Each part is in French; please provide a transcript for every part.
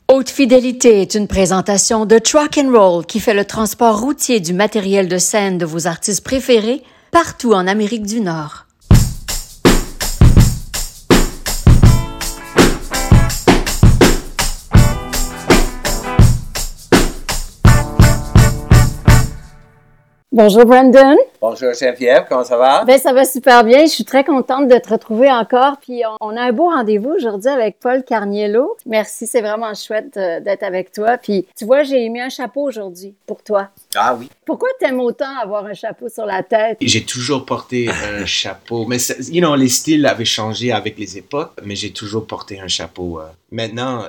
Haute Fidélité est une présentation de Truck and Roll qui fait le transport routier du matériel de scène de vos artistes préférés partout en Amérique du Nord. Bonjour Brandon. Bonjour Geneviève, comment ça va? Ben ça va super bien. Je suis très contente de te retrouver encore. Puis on a un beau rendez-vous aujourd'hui avec Paul Carniello. Merci, c'est vraiment chouette d'être avec toi. Puis tu vois, j'ai mis un chapeau aujourd'hui pour toi. Ah oui. Pourquoi t'aimes autant avoir un chapeau sur la tête? J'ai toujours porté un chapeau, mais les styles avaient changé avec les époques, mais j'ai toujours porté un chapeau. Maintenant,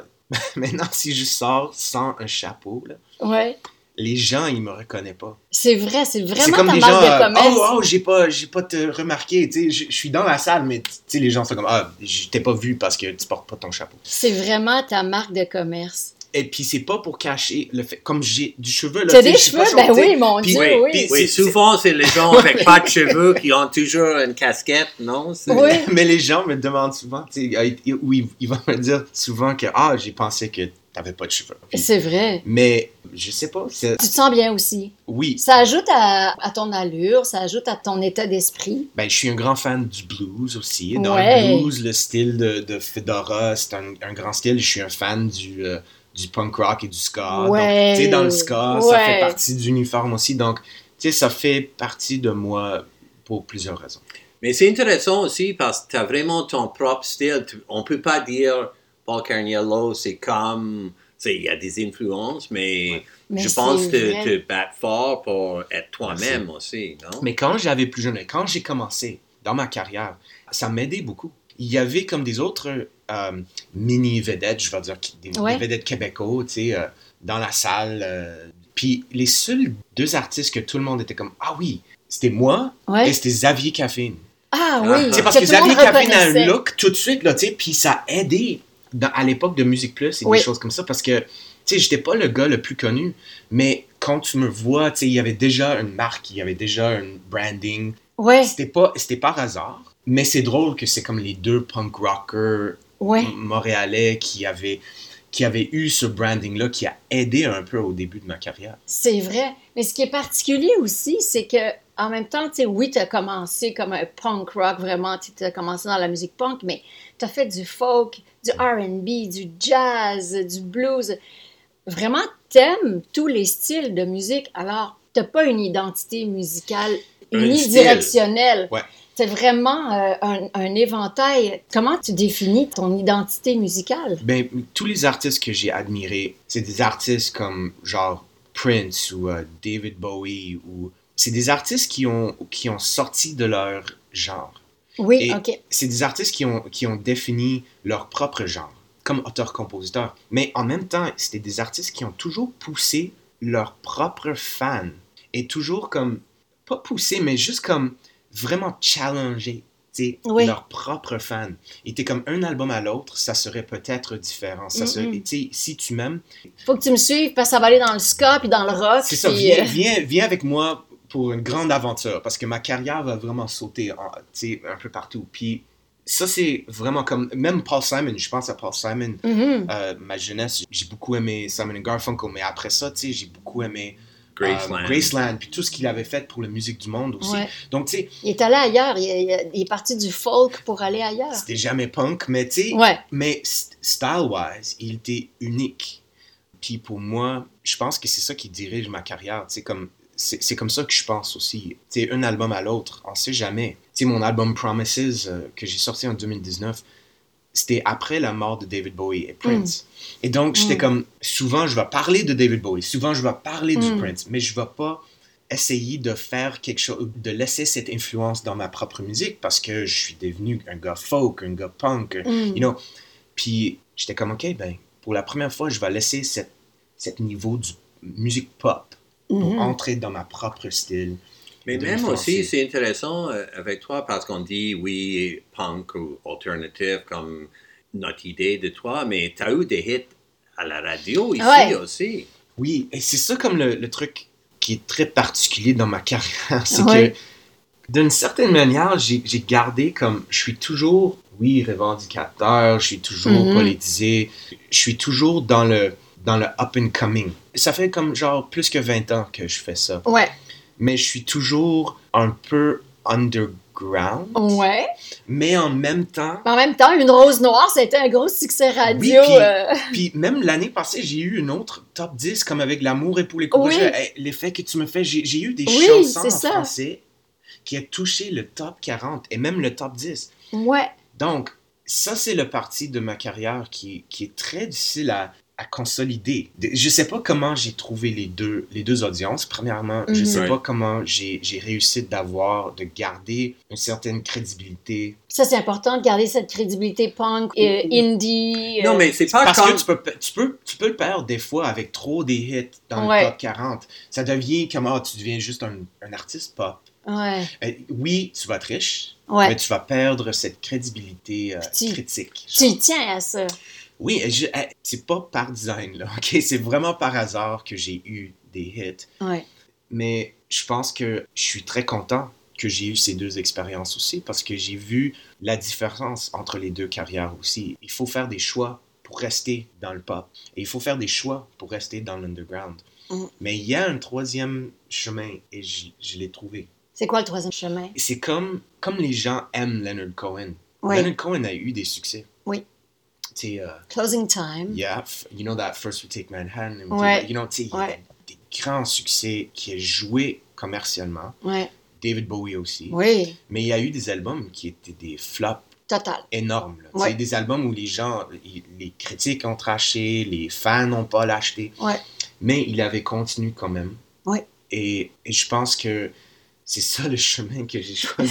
si je sors sans un chapeau, là, ouais. Les gens, ils me reconnaissent pas. C'est vrai, c'est vraiment c'est comme ta des marque gens, de commerce. j'ai pas te remarqué, tu sais, je suis dans la salle, mais tu sais, les gens sont comme, je t'ai pas vu parce que tu portes pas ton chapeau. C'est vraiment ta marque de commerce. Et puis c'est pas pour cacher le fait, comme j'ai du cheveu là. T'as des cheveux, ben oui, mon Dieu, oui. Oui, souvent c'est les gens avec pas de cheveux qui ont toujours une casquette, non? Oui. Mais les gens me demandent souvent, tu sais, ils vont me dire souvent que j'ai pensé que t'avais pas de cheveux. Puis, c'est vrai. Mais je sais pas. Tu te sens bien aussi. Oui. Ça ajoute à ton allure, ça ajoute à ton état d'esprit. Ben, je suis un grand fan du blues aussi. Dans ouais. le blues, le style de Fedora, c'est un grand style. Je suis un fan du punk rock et du ska. Ouais. Donc, tu sais, dans le ska, ouais. ça fait partie du uniforme aussi. Donc, tu sais, ça fait partie de moi pour plusieurs raisons. Mais c'est intéressant aussi parce que tu as vraiment ton propre style. On peut pas dire Paul Carniello, c'est comme... Tu sais, il y a des influences, mais je pense que tu battes fort pour être toi-même. Merci. Aussi, non? Mais quand j'avais plus jeune, quand j'ai commencé dans ma carrière, ça m'aidait beaucoup. Il y avait comme des autres mini-vedettes, je vais dire, des vedettes québécois, tu sais, dans la salle. Puis les seuls deux artistes que tout le monde était comme, ah oui, c'était moi et c'était Xavier Caffine. Ah oui, c'est parce que Xavier Caffine a un look tout de suite, là, tu sais, puis ça a aidé à l'époque de Musique Plus et des choses comme ça, parce que, tu sais, j'étais pas le gars le plus connu, mais quand tu me vois, tu sais, il y avait déjà une marque, il y avait déjà un branding. Ouais. C'était pas par hasard, mais c'est drôle que c'est comme les deux punk rockers montréalais qui avaient eu ce branding-là qui a aidé un peu au début de ma carrière. C'est vrai. Mais ce qui est particulier aussi, c'est que en même temps, tu sais, oui, tu as commencé comme un punk rock, vraiment, tu as commencé dans la musique punk, mais tu as fait du folk, du R&B, du jazz, du blues. Vraiment, t'aimes tous les styles de musique, alors t'as pas une identité musicale unidirectionnelle. Ouais. C'est vraiment un éventail. Comment tu définis ton identité musicale? Ben, tous les artistes que j'ai admirés, c'est des artistes comme genre Prince ou David Bowie, ou c'est des artistes qui ont sorti de leur genre. Oui, et OK. C'est des artistes qui ont défini leur propre genre, comme auteur-compositeur. Mais en même temps, c'était des artistes qui ont toujours poussé leurs propres fans. Et toujours comme, pas poussé, mais juste comme vraiment challenger leurs propres fans. Et t'es comme un album à l'autre, ça serait peut-être différent. Ça serait, si tu m'aimes... Faut que tu me suives parce que ça va aller dans le ska puis dans le rock. C'est ça, viens avec moi pour une grande aventure, parce que ma carrière va vraiment sauter un peu partout. Puis ça, c'est vraiment comme... Même Paul Simon, je pense à Paul Simon. Ma jeunesse, j'ai beaucoup aimé Simon & Garfunkel, mais après ça, j'ai beaucoup aimé Graceland, puis tout ce qu'il avait fait pour la musique du monde aussi. Ouais. Donc, tu sais... Il est allé ailleurs, il est parti du folk pour aller ailleurs. C'était jamais punk, mais tu sais... Mais style-wise, il était unique. Puis pour moi, je pense que c'est ça qui dirige ma carrière, tu sais, comme... C'est comme ça que je pense aussi. Tu sais, un album à l'autre, on sait jamais. Tu sais, mon album Promises, que j'ai sorti en 2019, c'était après la mort de David Bowie et Prince. Et donc, j'étais comme, souvent, je vais parler de David Bowie, souvent, je vais parler du Prince, mais je vais pas essayer de faire quelque chose, de laisser cette influence dans ma propre musique, parce que je suis devenu un gars folk, un gars punk, you know. Puis, j'étais comme, OK, ben, pour la première fois, je vais laisser cet niveau du musique pop pour entrer dans ma propre style. Mais même aussi, c'est intéressant avec toi parce qu'on dit, oui, punk ou alternative comme notre idée de toi, mais tu as eu des hits à la radio ici aussi. Oui, et c'est ça comme le truc qui est très particulier dans ma carrière, c'est que d'une certaine manière, j'ai gardé comme, je suis toujours oui, revendicateur, je suis toujours politisé, je suis toujours dans le up and coming. Ça fait comme genre plus que 20 ans que je fais ça. Ouais. Mais je suis toujours un peu underground. Ouais. Mais en même temps... En même temps, Une Rose Noire, ça a été un gros succès radio. Oui, puis même l'année passée, j'ai eu une autre top 10, comme avec L'amour et pour les courageux. Oui. Hey, l'effet que tu me fais, j'ai eu des chansons en français qui a touché le top 40 et même le top 10. Ouais. Donc, ça, c'est le parti de ma carrière qui est très difficile à consolider. Je sais pas comment j'ai trouvé les deux audiences. Premièrement, je sais pas comment j'ai réussi de garder une certaine crédibilité. Ça, c'est important de garder cette crédibilité punk, indie. Non, mais c'est pas parce que tu peux le perdre des fois avec trop des hits dans le top 40. Ça devient comme, tu deviens juste un artiste pop. Ouais. Oui, tu vas être riche, mais tu vas perdre cette crédibilité critique. Tu y tiens à ça. Oui, c'est pas par design, là, OK? C'est vraiment par hasard que j'ai eu des hits. Ouais. Mais je pense que je suis très content que j'ai eu ces deux expériences aussi parce que j'ai vu la différence entre les deux carrières aussi. Il faut faire des choix pour rester dans le pop et il faut faire des choix pour rester dans l'underground. Mais il y a un troisième chemin et je l'ai trouvé. C'est quoi le troisième chemin? C'est comme les gens aiment Leonard Cohen. Oui. Leonard Cohen a eu des succès. Oui. Closing Time. Yeah, you know that First We Take Manhattan. Ouais. You know, il y a des grands succès qui a joué commercialement. Ouais. David Bowie aussi. Oui. Mais il y a eu des albums qui étaient des flops total énormes. Là. Ouais. Des albums où les gens, les critiques ont traché, les fans n'ont pas l'acheté. Ouais. Mais il avait continué quand même. Ouais. Et je pense que c'est ça le chemin que j'ai choisi.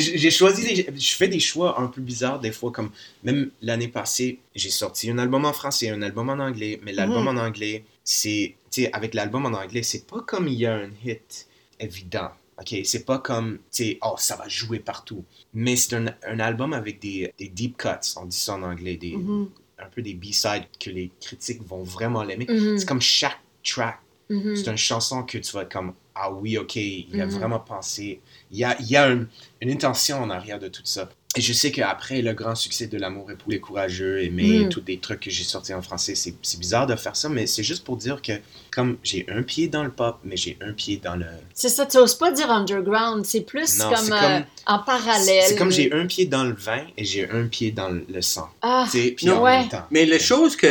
Je fais des choix un peu bizarres des fois, comme même l'année passée, j'ai sorti un album en français, un album en anglais, mais l'album en anglais, avec l'album en anglais, c'est pas comme il y a un hit évident. OK, c'est pas comme, ça va jouer partout. Mais c'est un album avec des deep cuts, on dit ça en anglais, un peu des B-sides que les critiques vont vraiment l'aimer. C'est comme chaque track. C'est une chanson que tu vas être comme, ah oui, OK, il a vraiment pensé. Il y a une intention en arrière de tout ça. Et je sais qu'après le grand succès de L'amour et pour les courageux, et tous les trucs que j'ai sortis en français, c'est bizarre de faire ça, mais c'est juste pour dire que comme j'ai un pied dans le pop, mais j'ai un pied dans le... C'est ça, tu n'oses pas dire underground, c'est plus comme en parallèle. C'est comme j'ai un pied dans le vin et j'ai un pied dans le sang. Ah, puis en même temps. Mais les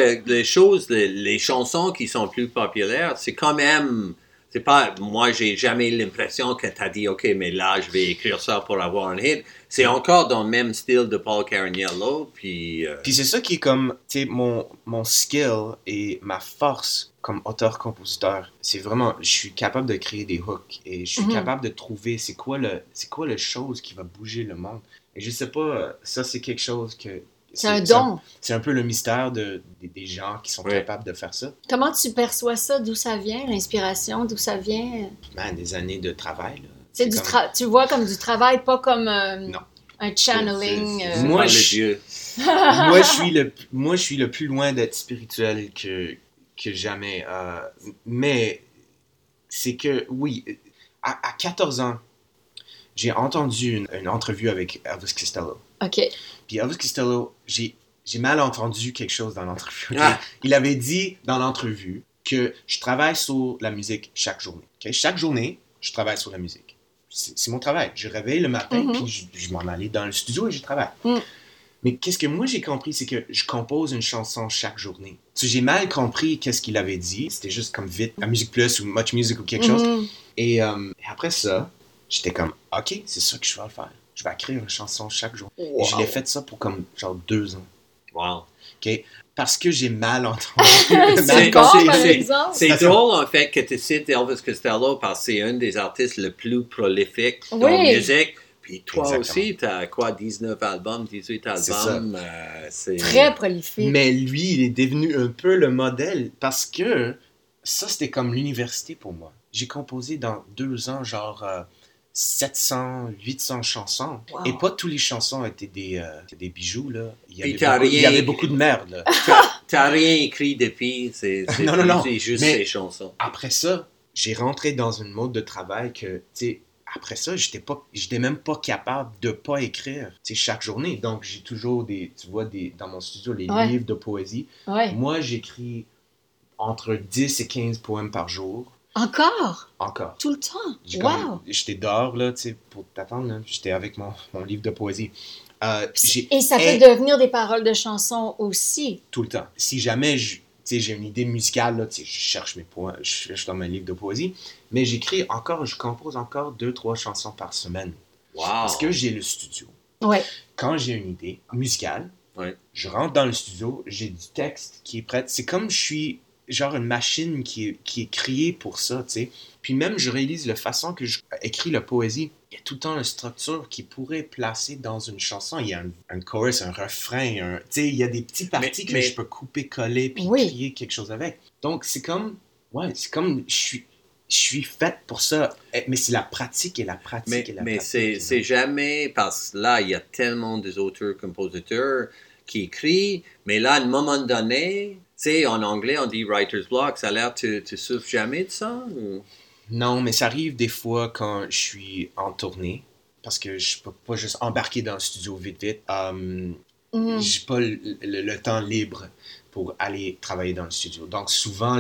chansons qui sont plus populaires, c'est quand même... C'est pas, moi, j'ai jamais l'impression que tu as dit, OK, mais là, je vais écrire ça pour avoir un hit. C'est encore dans le même style de Paul Carniello, puis c'est ça qui est comme, mon skill et ma force comme auteur-compositeur. C'est vraiment, je suis capable de créer des hooks et je suis capable de trouver c'est quoi le chose qui va bouger le monde. Et je sais pas, ça, c'est quelque chose que... C'est un don. C'est un peu le mystère des gens qui sont capables de faire ça. Comment tu perçois ça? D'où ça vient, l'inspiration? D'où ça vient? Des années de travail. Là. C'est tu vois comme du travail, pas comme un channeling. Moi, je suis le plus loin d'être spirituel que jamais. Mais c'est que, oui, à 14 ans, j'ai entendu une entrevue avec Elvis Costello. OK. Puis Elvis Costello, j'ai mal entendu quelque chose dans l'entrevue. Okay? Il avait dit dans l'entrevue que je travaille sur la musique chaque journée. Okay? Chaque journée, je travaille sur la musique. C'est mon travail. Je réveille le matin, puis je m'en allais dans le studio et je travaille. Mais qu'est-ce que moi j'ai compris, c'est que je compose une chanson chaque journée. J'ai mal compris qu'est-ce qu'il avait dit. C'était juste comme vite, à Musique Plus ou Much Music ou quelque chose. Et après ça, j'étais comme, OK, c'est ça que je vais faire. Je vais écrire une chanson chaque jour. Wow. Et je l'ai fait ça pour comme genre 2 ans. Wow. OK? Parce que j'ai mal entendu. C'est drôle en fait que tu cites Elvis Costello parce que c'est un des artistes le plus prolifiques dans la musique. Puis toi aussi, tu as quoi, 19 albums, 18 albums. C'est très prolifique. Mais lui, il est devenu un peu le modèle parce que ça, c'était comme l'université pour moi. J'ai composé dans 2 ans genre 700, 800 chansons. Wow. Et pas toutes les chansons étaient des bijoux, là. Il y avait beaucoup de merde, là. T'as rien écrit depuis, c'est non. juste mais ces chansons. Après ça, j'ai rentré dans une mode de travail que, tu sais, après ça, j'étais même pas capable de pas écrire, chaque journée. Donc, j'ai toujours dans mon studio, les livres de poésie. Ouais. Moi, j'écris entre 10 et 15 poèmes par jour. Encore? Encore. Tout le temps? J'étais dehors, là, pour t'attendre, là. J'étais avec mon livre de poésie. Et ça peut devenir des paroles de chansons aussi. Tout le temps. Si jamais j'ai une idée musicale, là, je cherche mes poèmes, je cherche dans mes livres de poésie, mais je compose encore 2-3 chansons par semaine. Wow. Parce que j'ai le studio. Ouais. Quand j'ai une idée musicale, je rentre dans le studio, j'ai du texte qui est prêt. C'est comme je suis genre une machine qui est créée pour ça, tu sais. Puis même, je réalise la façon que j'écris la poésie. Il y a tout le temps une structure qui pourrait placer dans une chanson. Il y a un chorus, un refrain, tu sais, il y a des petits parties que je peux couper, coller, puis créer quelque chose avec. Donc, c'est comme je suis faite pour ça. Mais c'est la pratique et la pratique et la pratique. Mais c'est jamais, parce que là, il y a tellement des auteurs-compositeurs qui écrivent, mais là, à un moment donné, tu sais, en anglais, on dit writer's block. Ça a l'air, tu souffres jamais de ça? Ou? Non, mais ça arrive des fois quand je suis en tournée, parce que je peux pas juste embarquer dans le studio vite. J'ai pas le temps libre pour aller travailler dans le studio. Donc souvent,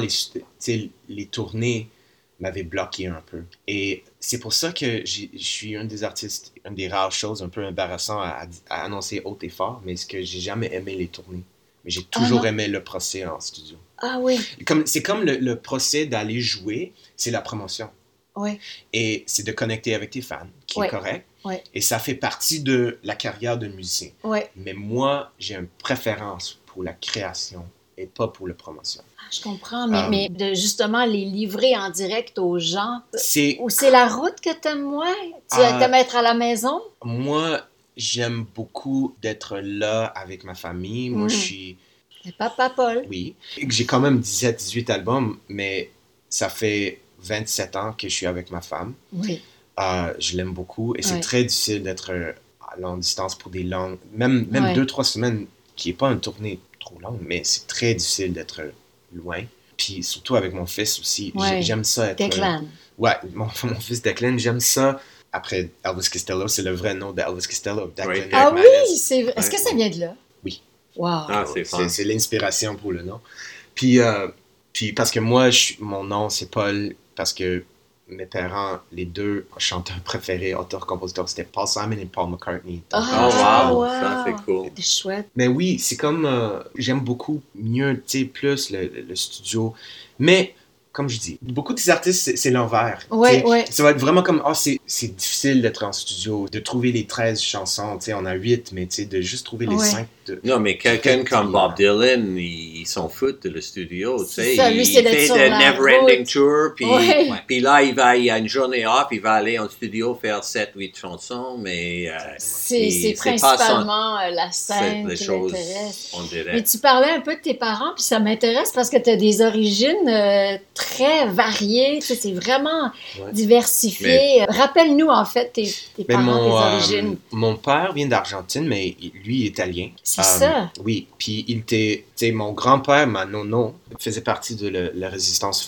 les tournées m'avaient bloqué un peu. Et c'est pour ça que je suis un des artistes, une des rares choses un peu embarrassant à annoncer haut et fort, mais c'est que j'ai jamais aimé les tournées. Mais j'ai toujours aimé le procès en studio. Ah oui. C'est comme le procès d'aller jouer, c'est la promotion. Oui. Et c'est de connecter avec tes fans, qui est correct. Oui. Et ça fait partie de la carrière d'un musicien. Oui. Mais moi, j'ai une préférence pour la création et pas pour la promotion. Ah, je comprends, mais de justement les livrer en direct aux gens, c'est la route que t'aimes moins? Tu aimes être à la maison? Moi, j'aime beaucoup d'être là avec ma famille. Moi, je suis... Papa Paul. Oui. J'ai quand même 17-18 albums, mais ça fait 27 ans que je suis avec ma femme. Oui. Je l'aime beaucoup et c'est très difficile d'être à longue distance pour des longues... Même 2-3 semaines, qui n'est pas une tournée trop longue, mais c'est très difficile d'être loin. Puis surtout avec mon fils aussi. J'aime ça être... Declan. Mon fils Declan, j'aime ça. Après, Elvis Costello, c'est le vrai nom d'Elvis Costello. Oui. Ah oui, c'est vrai. Est-ce que ça vient de là? Oui. Wow. Ah, c'est l'inspiration pour le nom. Puis parce que moi, mon nom, c'est Paul, parce que mes parents, les deux chanteurs préférés, auteurs-compositeurs, c'était Paul Simon et Paul McCartney. Wow! Ça, c'est cool. C'est chouette. Mais oui, c'est comme... j'aime beaucoup mieux, tu sais, plus le studio. Mais... Comme je dis, beaucoup des artistes, c'est l'envers. Oui. Ça va être vraiment comme, c'est difficile d'être en studio, de trouver les 13 chansons, on a 8, mais de juste trouver les 5. Non, mais quelqu'un comme Bob Dylan, il s'en fout de le studio, tu sais. Il fait de Never Ending Tour, puis là, il y a une journée off, il va aller en studio faire 7-8 chansons, mais... c'est principalement la scène qui l'intéresse. Mais tu parlais un peu de tes parents, puis ça m'intéresse parce que tu as des origines très variées, c'est vraiment diversifié. Rappelle-nous, en fait, tes parents, tes origines. Mon père vient d'Argentine, mais lui est italien. C'est ça? Oui, puis il était... Tu sais, mon grand-père, ma nono, faisait partie de la résistance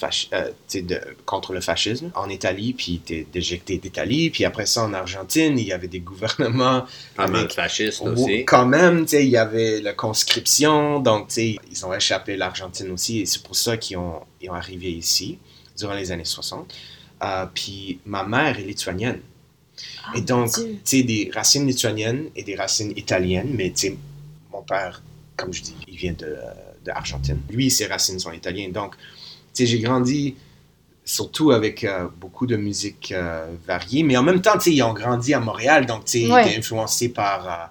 contre le fascisme en Italie, puis il était déjecté d'Italie, puis après ça, en Argentine, il y avait des gouvernements... Pas mal fascistes aussi. Quand même, tu sais, il y avait la conscription, donc, tu sais, ils ont échappé à l'Argentine aussi, et c'est pour ça qu'ils ont arrivé ici, durant les années 60. Puis ma mère est lituanienne. Et donc, tu sais, des racines lituaniennes et des racines italiennes, mais tu sais, mon père, comme je dis, il vient de Argentine. Lui, ses racines sont italiennes. Donc, tu sais, j'ai grandi surtout avec beaucoup de musique variée, mais en même temps, tu sais, ils ont grandi à Montréal, donc, tu sais, ils étaient influencés par,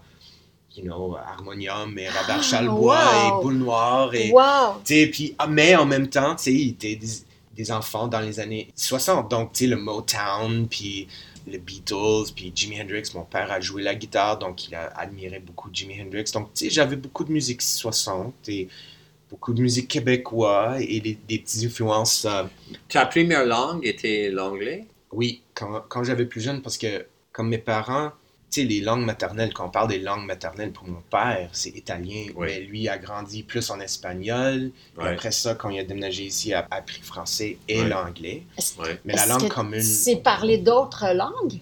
Harmonium et Robert Chalbois et Boule Noire. Et, tu sais, puis, mais en même temps, tu sais, ils étaient des enfants dans les années 60, donc, tu sais, le Motown, puis les Beatles, puis Jimi Hendrix. Mon père a joué la guitare, donc il a admiré beaucoup Jimi Hendrix. Donc, tu sais, j'avais beaucoup de musique 60 et beaucoup de musique québécoise et des petites influences. Ta première langue était l'anglais? Oui, quand j'avais plus jeune, parce que comme mes parents, sais, les langues maternelles, quand on parle des langues maternelles, pour mon père, c'est italien, Oui. mais lui a grandi plus en espagnol. Ouais. Et après ça, quand il a déménagé ici, il a appris français et Ouais. l'anglais. Ouais. Mais la langue commune... C'est parler d'autres langues?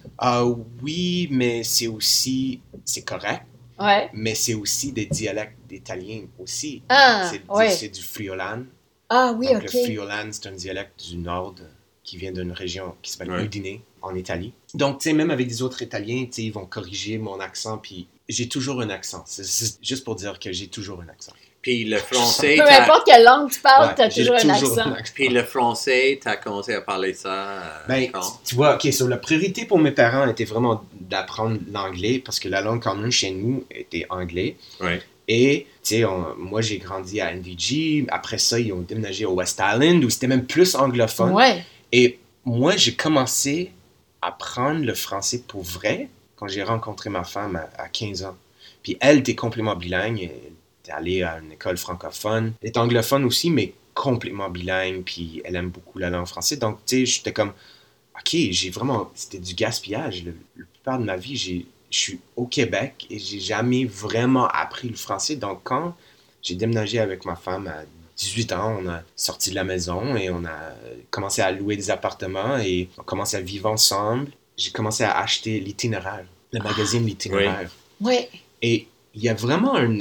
Oui, mais c'est aussi... C'est correct, Ouais. mais c'est aussi des dialectes d'italien aussi. Ah, C'est du friulano. Ah oui, Donc, OK. le friulano, c'est un dialecte du nord qui vient d'une région qui s'appelle Udine, en Italie. Donc, tu sais, même avec des autres Italiens, tu sais, ils vont corriger mon accent, puis j'ai toujours un accent. C'est juste pour dire que j'ai toujours un accent. Puis le français... Peu importe quelle langue tu parles, tu as toujours un accent. Puis le français, tu as commencé à parler ça quand? Tu vois, OK, la priorité pour mes parents était vraiment d'apprendre l'anglais, parce que la langue commune chez nous était anglais. Ouais. Et, tu sais, moi, j'ai grandi à NDG. Après ça, ils ont déménagé au West Island, où c'était même plus anglophone. Ouais. Et moi, j'ai commencé à apprendre le français pour vrai quand j'ai rencontré ma femme à 15 ans. Puis elle était complètement bilingue. Elle était allée à une école francophone. Elle est anglophone aussi, mais complètement bilingue. Puis elle aime beaucoup la langue française. Donc, tu sais, j'étais comme, OK, c'était du gaspillage. La plupart de ma vie, je suis au Québec et j'ai jamais vraiment appris le français. Donc, quand j'ai déménagé avec ma femme à 18 ans, on a sorti de la maison et on a commencé à louer des appartements et on a commencé à vivre ensemble. J'ai commencé à acheter l'itinéraire, le magazine L'itinéraire. Oui. Et il y a vraiment un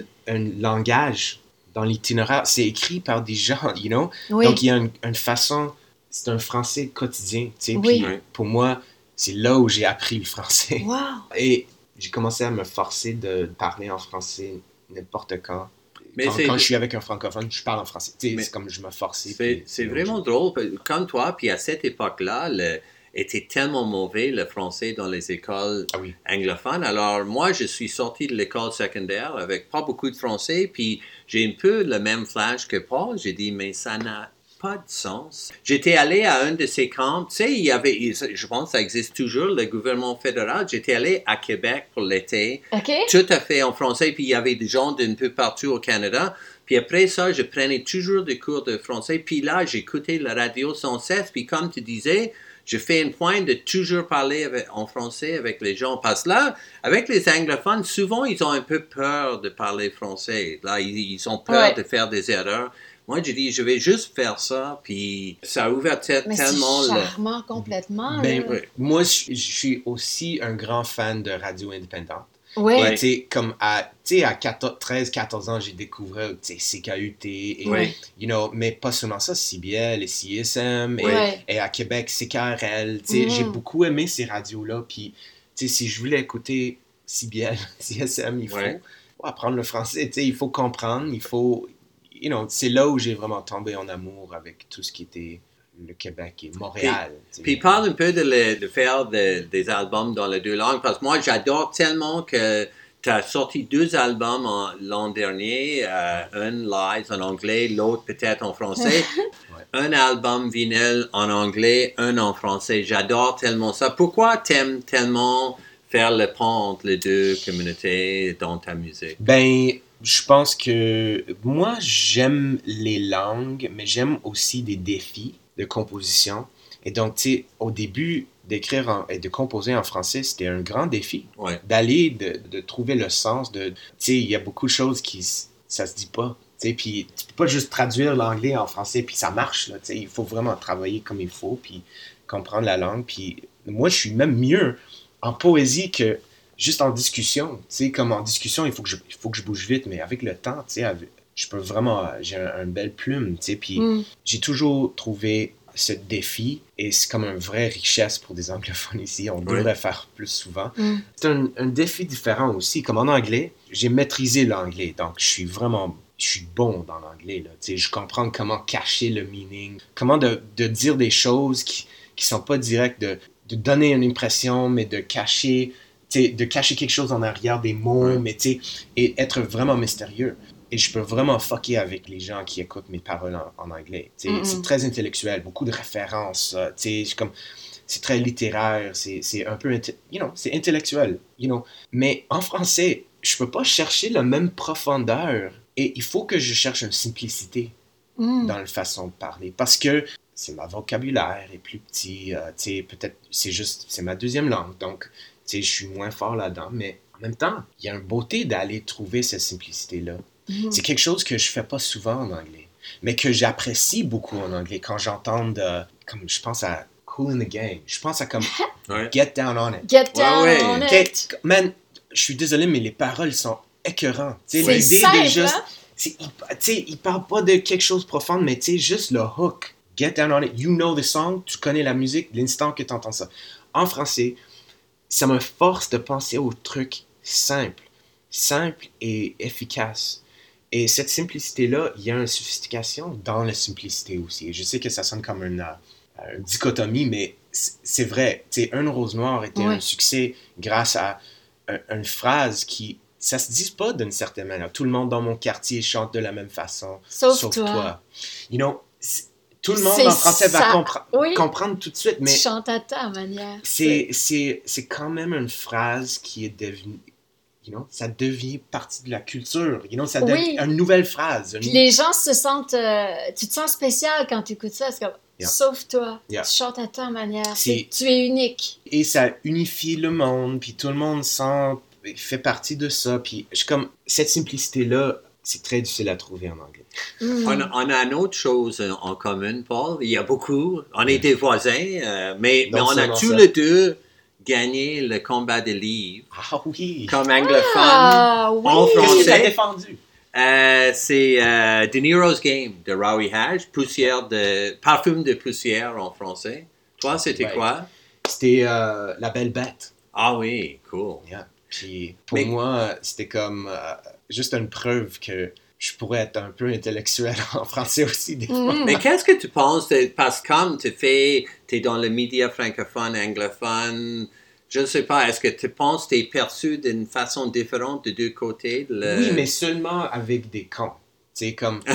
langage dans l'itinéraire. C'est écrit par des gens, you know? Oui. Donc, il y a une façon... C'est un français quotidien, tu sais. Oui. Puis pour moi, c'est là où j'ai appris le français. Wow. Et j'ai commencé à me forcer de parler en français n'importe quand. Mais quand je suis avec un francophone, je parle en français. C'est comme je me forçais. C'est vraiment drôle. Comme toi, puis à cette époque-là, était tellement mauvais le français dans les écoles anglophones. Alors moi, je suis sorti de l'école secondaire avec pas beaucoup de français, puis j'ai un peu le même flash que Paul. J'ai dit, mais ça n'a pas de sens. J'étais allé à un de ces camps. Tu sais, il y avait, je pense que ça existe toujours, le gouvernement fédéral. J'étais allé à Québec pour l'été. Okay. Tout à fait en français. Puis il y avait des gens d'un peu partout au Canada. Puis après ça, je prenais toujours des cours de français. Puis là, j'écoutais la radio sans cesse. Puis comme tu disais, je fais un point de toujours parler en français avec les gens. Parce que là, avec les anglophones, souvent, ils ont un peu peur de parler français. Là, ils ont peur de faire des erreurs. Moi, j'ai dit, je vais juste faire ça, puis ça a ouvert tellement... Mais c'est charmant complètement. Moi, je suis aussi un grand fan de radio indépendante. Oui. Tu sais, comme à 13-14 ans, j'ai découvert CKUT, et, you know, mais pas seulement ça, CBL et CISM, et à Québec, CKRL. J'ai beaucoup aimé ces radios-là, puis si je voulais écouter CBL, CISM, il faut apprendre le français, il faut comprendre, il faut... You know, c'est là où j'ai vraiment tombé en amour avec tout ce qui était le Québec et Montréal. Puis parle un peu de faire des albums dans les deux langues, parce que moi, j'adore tellement que tu as sorti 2 albums l'an dernier, un live en anglais, l'autre peut-être en français. Un album vinyle en anglais, un en français. J'adore tellement ça. Pourquoi t'aimes tellement faire le pont entre les deux communautés dans ta musique? Je pense que moi, j'aime les langues, mais j'aime aussi des défis de composition. Et donc, tu sais, au début, d'écrire et de composer en français, c'était un grand défi. D'aller, de trouver le sens de... Tu sais, il y a beaucoup de choses qui... Ça se dit pas. Tu sais, puis tu peux pas juste traduire l'anglais en français, puis ça marche, là. Tu sais, il faut vraiment travailler comme il faut, puis comprendre la langue. Puis moi, je suis même mieux en poésie que... juste en discussion, tu sais, comme en discussion, il faut que je bouge vite, mais avec le temps, tu sais, je peux vraiment, j'ai une belle plume, tu sais, puis j'ai toujours trouvé ce défi, et c'est comme une vraie richesse pour des anglophones ici, on devrait faire plus souvent. C'est un défi différent aussi, comme en anglais, j'ai maîtrisé l'anglais, donc je suis bon dans l'anglais, là, tu sais, je comprends comment cacher le meaning, comment de dire des choses qui sont pas directes, de donner une impression, mais de cacher quelque chose en arrière des mots, mais tu sais, et être vraiment mystérieux. Et je peux vraiment fucker avec les gens qui écoutent mes paroles en anglais. C'est très intellectuel, beaucoup de références, tu sais, c'est très littéraire, c'est un peu, c'est intellectuel, Mais en français, je peux pas chercher la même profondeur, et il faut que je cherche une simplicité dans la façon de parler, parce que ma vocabulaire est plus petit, tu sais, peut-être c'est ma deuxième langue, donc je suis moins fort là-dedans, mais en même temps, il y a une beauté d'aller trouver cette simplicité-là. C'est quelque chose que je fais pas souvent en anglais, mais que j'apprécie beaucoup en anglais quand j'entends, comme je pense à Kool and the Gang, je pense à comme Get Down on It. Get Down on It. Man, je suis désolé, mais les paroles sont écœurantes. C'est simple, juste, hein? Il parle pas de quelque chose de profond, mais juste le hook. Get Down on It, you know the song, tu connais la musique, l'instant que tu entends ça. En français, ça me force de penser aux trucs simples et efficaces. Et cette simplicité-là, il y a une sophistication dans la simplicité aussi. Et je sais que ça sonne comme une dichotomie, mais c'est vrai. Un rose noir était un succès grâce à une phrase qui, ça se dit pas d'une certaine manière. Tout le monde dans mon quartier chante de la même façon, sauf toi. You know, tout le monde en français va comprendre tout de suite, mais tu chantes à ta manière. C'est quand même une phrase qui est devenue, ça devient partie de la culture. Ça devient une nouvelle phrase. Puis les gens se sentent, tu te sens spécial quand tu écoutes ça. C'est comme, sauf toi, tu chantes à ta manière. Tu es unique. Et ça unifie le monde, puis tout le monde fait partie de ça. Puis comme cette simplicité-là, c'est très difficile à trouver en anglais. On a une autre chose en commun, Paul. Il y a beaucoup. On est des voisins, mais on a tous les deux gagné le combat des livres. Ah oui! Comme anglophone, en français. Qu'est-ce que tu as défendu? C'est De Niro's Game de Rowie Hatch, parfum de poussière en français. Toi, c'était quoi? C'était La Belle Bête. Ah oui, cool. Yeah. Puis pour moi, c'était comme juste une preuve que je pourrais être un peu intellectuel en français aussi des fois. Mais qu'est-ce que tu penses parce que comme tu es dans le média francophone, anglophone, je ne sais pas, est-ce que tu penses que tu es perçu d'une façon différente de deux côtés? Oui, mais seulement avec des cons. Tu sais, comme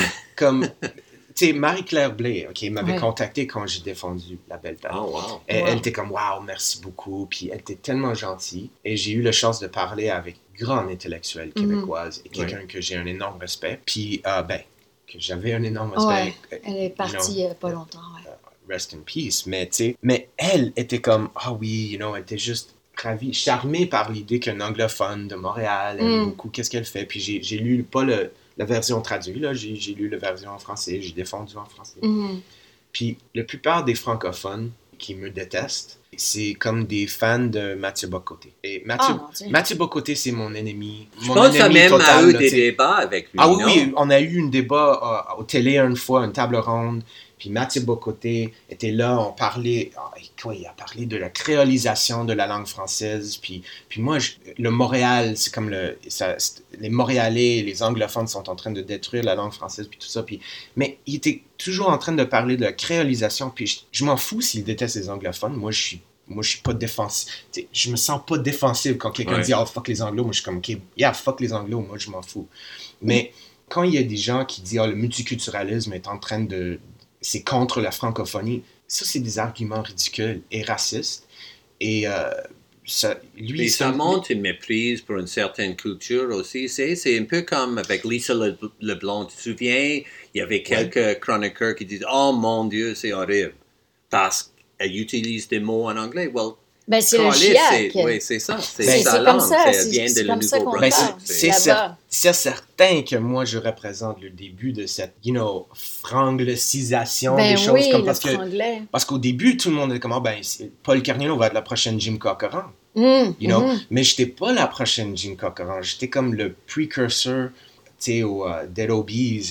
tu sais, Marie-Claire Blais, m'avait contacté quand j'ai défendu La Belle Bête. Oh, wow. Elle était comme, wow, merci beaucoup. Puis elle était tellement gentille. Et j'ai eu la chance de parler avec grande intellectuelle québécoise et quelqu'un que j'ai un énorme respect. Puis, que j'avais un énorme respect. Elle est partie pas longtemps, rest in peace. Mais elle était comme, oui, elle était juste ravie, charmée par l'idée qu'un anglophone de Montréal aime beaucoup qu'est-ce qu'elle fait. Puis j'ai lu pas la version traduite, là. J'ai lu la version en français, j'ai défendu en français. Puis la plupart des francophones qui me détestent, c'est comme des fans de Mathieu Bock-Côté. Et Mathieu Bock-Côté, c'est mon ennemi. Je pense que même total, a eu des débats avec lui, oui, on a eu un débat au télé une fois, une table ronde. Puis Mathieu Bock-Côté était là, on parlait, il a parlé de la créolisation de la langue française. Puis moi, le Montréal, c'est comme les Montréalais, les anglophones sont en train de détruire la langue française, puis tout ça. Mais il était toujours en train de parler de la créolisation. Puis je m'en fous s'il déteste les anglophones. Moi, je suis pas défensif. Je me sens pas défensif quand quelqu'un dit « Oh, fuck les anglos ». Moi, je suis comme « OK, yeah, fuck les anglos ». Moi, je m'en fous. Mais quand il y a des gens qui disent « Oh, le multiculturalisme est en train de... c'est contre la francophonie », ça, c'est des arguments ridicules et racistes. Et ça montre une méprise pour une certaine culture aussi. C'est un peu comme avec Lisa Leblanc. Tu te souviens, il y avait quelques chroniqueurs qui disent « Oh mon Dieu, c'est horrible » parce qu'elle utilise des mots en anglais. Well, c'est le chiac. Oui, c'est ça. C'est comme ça. C'est comme ça qu'on parle. C'est certain que moi, je représente le début de cette, franglicisation des choses. Parce qu'au début, tout le monde était comme, Paul Carniello va être la prochaine Jim Corcoran. Mais je n'étais pas la prochaine Jim Corcoran. J'étais comme le precursor, au Dead Obies.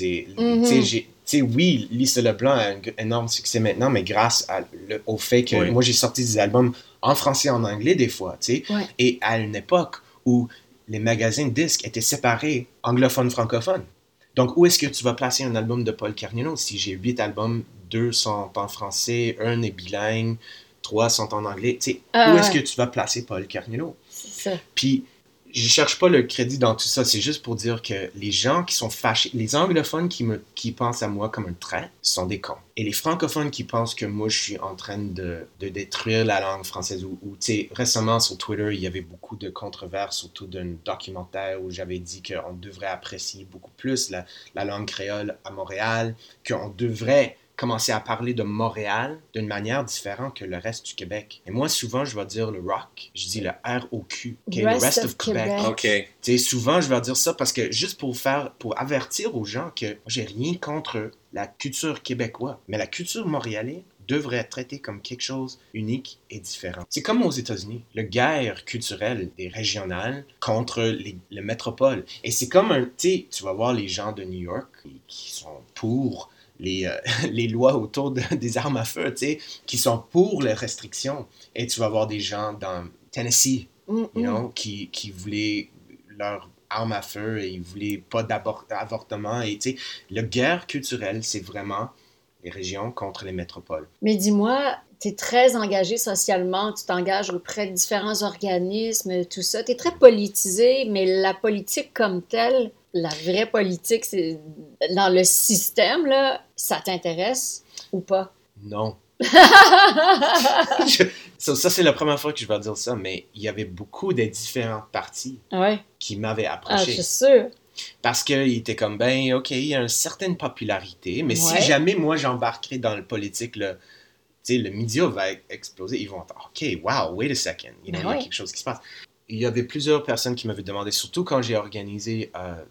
Et, oui, Lisa Leblanc a un énorme succès maintenant, mais grâce au fait que moi, j'ai sorti des albums en français et en anglais des fois, et à une époque où les magasins de disques étaient séparés anglophones-francophones. Donc, où est-ce que tu vas placer un album de Paul Carniello si j'ai 8 albums, 2 sont en français, 1 est bilingue, 3 sont en anglais? Où est-ce que tu vas placer Paul Carniello? C'est ça. Puis, je cherche pas le crédit dans tout ça, c'est juste pour dire que les gens qui sont fâchés, les anglophones qui pensent à moi comme un traître sont des cons. Et les francophones qui pensent que moi je suis en train de détruire la langue française, ou récemment sur Twitter, il y avait beaucoup de controverses autour d'un documentaire où j'avais dit qu'on devrait apprécier beaucoup plus la langue créole à Montréal, qu'on devrait commencer à parler de Montréal d'une manière différente que le reste du Québec. Et moi, souvent, je vais dire le ROQ. Je dis le R-O-Q. Okay? Le rest of Québec. OK. Souvent, je vais dire ça parce que juste pour avertir aux gens que j'ai rien contre la culture québécoise, mais la culture montréalaise devrait être traitée comme quelque chose unique et différent. C'est comme aux États-Unis, la guerre culturelle des régionales contre les métropoles. Et c'est comme tu vas voir les gens de New York qui sont pour les lois autour des armes à feu, qui sont pour les restrictions. Et tu vas voir des gens dans Tennessee, qui voulaient leur arme à feu et ils voulaient pas d'avortement. Et la guerre culturelle, c'est vraiment les régions contre les métropoles. Mais dis-moi, tu es très engagé socialement, tu t'engages auprès de différents organismes, tout ça. Tu es très politisé, mais la politique comme telle, la vraie politique, c'est dans le système, là, ça t'intéresse ou pas? Non. Ça, c'est la première fois que je vais dire ça, mais il y avait beaucoup de différents partis qui m'avaient approché. Ah, je suis sûre. Parce qu'il était comme, OK, il y a une certaine popularité, mais si jamais moi j'embarquerais dans le politique, le média va exploser. Ils vont dire, OK, wow, wait a second. Il y a quelque chose qui se passe. Il y avait plusieurs personnes qui m'avaient demandé, surtout quand j'ai organisé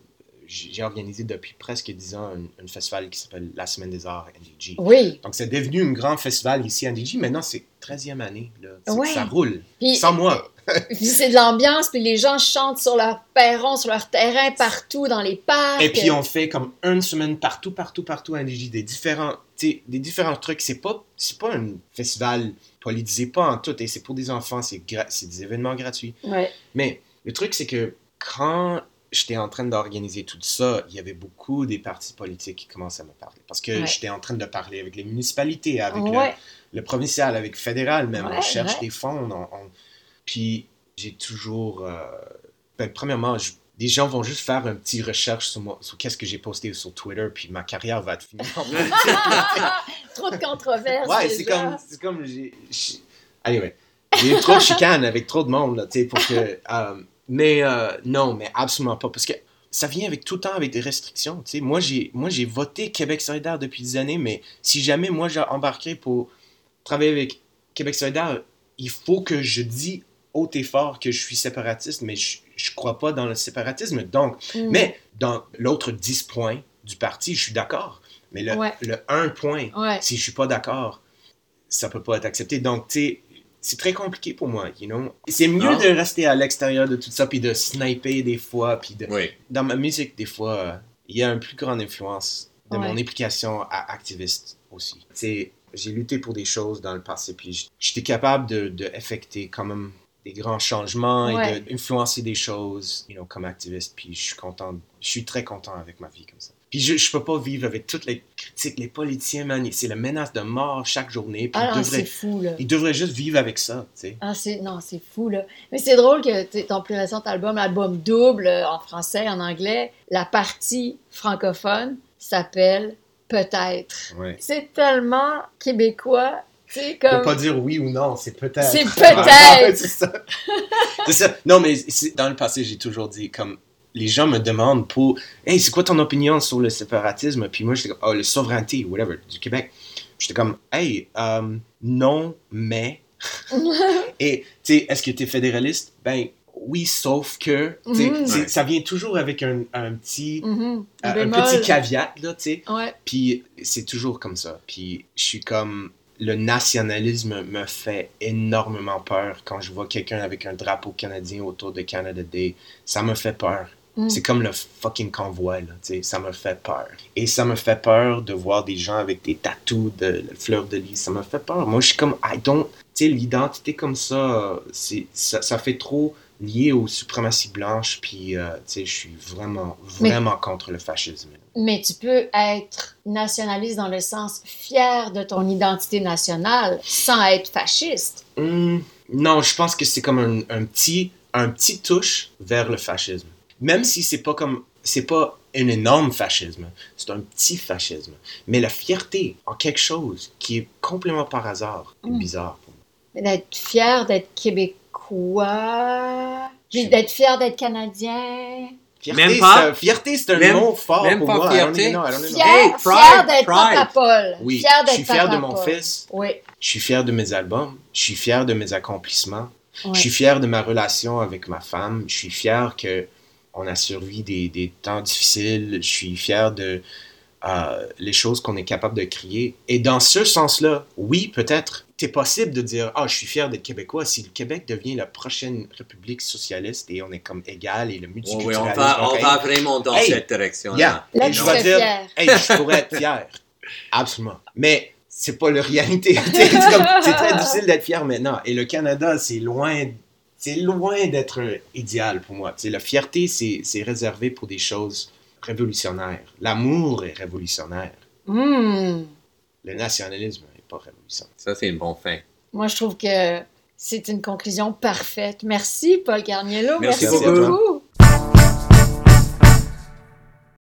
depuis presque 10 ans un festival qui s'appelle La Semaine des Arts NDG. Oui. Donc, c'est devenu un grand festival ici à NDG. Maintenant, c'est 13e année. Là. Ça roule. Puis, sans moi. Puis c'est de l'ambiance, puis les gens chantent sur leur perron, sur leur terrain, partout, dans les parcs. Et puis on fait comme une semaine partout à NDJ, des différents trucs. C'est pas un festival politisé, pas en tout, et c'est pour des enfants, c'est des événements gratuits. Ouais. Mais le truc, c'est que quand j'étais en train d'organiser tout ça, il y avait beaucoup des partis politiques qui commençaient à me parler. Parce que j'étais en train de parler avec les municipalités, avec le provincial, avec le fédéral même. On cherche des fonds, Puis, j'ai toujours... premièrement, des gens vont juste faire une petite recherche sur qu'est-ce que j'ai posté sur Twitter, puis ma carrière va être finie. Trop de controverses. Ouais, c'est comme anyway, j'ai eu trop de chicanes avec trop de monde, là, pour que... non, mais absolument pas, parce que ça vient tout le temps avec des restrictions, Moi, j'ai voté Québec solidaire depuis des années, mais si jamais moi, j'ai embarqué pour travailler avec Québec solidaire, il faut que je dise haut et fort que je suis séparatiste, mais je crois pas dans le séparatisme. Donc, mais dans l'autre 10 points du parti, je suis d'accord. Mais le 1 point, si je suis pas d'accord, ça peut pas être accepté. Donc, c'est très compliqué pour moi, C'est mieux de rester à l'extérieur de tout ça, puis de sniper des fois, puis dans ma musique, des fois, il y a une plus grande influence de mon implication activiste aussi. J'ai lutté pour des choses dans le passé, puis j'étais capable de effectuer quand même des grands changements et d'influencer des choses, comme activiste. Puis je suis très content avec ma vie comme ça. Puis je peux pas vivre avec toutes les critiques, les politiciens, man, c'est la menace de mort chaque journée. Puis c'est fou, là. Ils devraient juste vivre avec ça, c'est fou, là. Mais c'est drôle que ton plus récent album double, en français, en anglais, la partie francophone s'appelle Peut-être. Ouais. C'est tellement québécois. Comme... Ne pas dire oui ou non, c'est peut-être. C'est peut-être. C'est ça. Non, mais dans le passé, j'ai toujours dit, comme, les gens me demandent hey, c'est quoi ton opinion sur le séparatisme? Puis moi, j'étais comme, la souveraineté, whatever, du Québec. J'étais comme, hey, non, mais. Et, est-ce que tu es fédéraliste? Ben, oui, sauf que, ça vient toujours avec un petit, un petit caveat, là, Puis c'est toujours comme ça. Puis je suis comme... Le nationalisme me fait énormément peur quand je vois quelqu'un avec un drapeau canadien autour de Canada Day. Ça me fait peur. C'est comme le fucking convoi, là, ça me fait peur. Et ça me fait peur de voir des gens avec des tatous de fleurs de lys. Ça me fait peur. Moi, je suis comme, l'identité comme ça, ça fait trop lié aux suprématies blanches, puis, je suis vraiment contre le fascisme. Mais tu peux être nationaliste dans le sens fier de ton identité nationale sans être fasciste. Non, je pense que c'est comme un petit touche vers le fascisme. Même si c'est pas un énorme fascisme, c'est un petit fascisme. Mais la fierté en quelque chose qui est complètement par hasard est bizarre pour moi. D'être fier d'être québécois, d'être fier d'être canadien. Fierté, c'est un mot fort même pour pas moi. Fierté. Fier d'être Papa Paul. Oui, fier je suis fier de mon fils. Oui. Je suis fier de mes albums. Je suis fier de mes accomplissements. Oui. Je suis fier de ma relation avec ma femme. Je suis fier qu'on a survécu des temps difficiles. Je suis fier de les choses qu'on est capable de créer. Et dans ce sens-là, oui, peut-être, c'est possible de dire « Ah, je suis fier d'être Québécois » si le Québec devient la prochaine république socialiste et on est comme égal et le multiculturalisme. Oui, on va vraiment dans cette direction-là. Et je vais dire « je pourrais être fier. » Absolument. Mais c'est pas la réalité. C'est très difficile d'être fier maintenant. Et le Canada, c'est loin d'être idéal pour moi. La fierté, c'est réservé pour des choses révolutionnaires. L'amour est révolutionnaire. Le nationalisme n'est pas révolutionnaire. Ça, c'est une bonne fin. Moi, je trouve que c'est une conclusion parfaite. Merci, Paul Garniello. Merci beaucoup.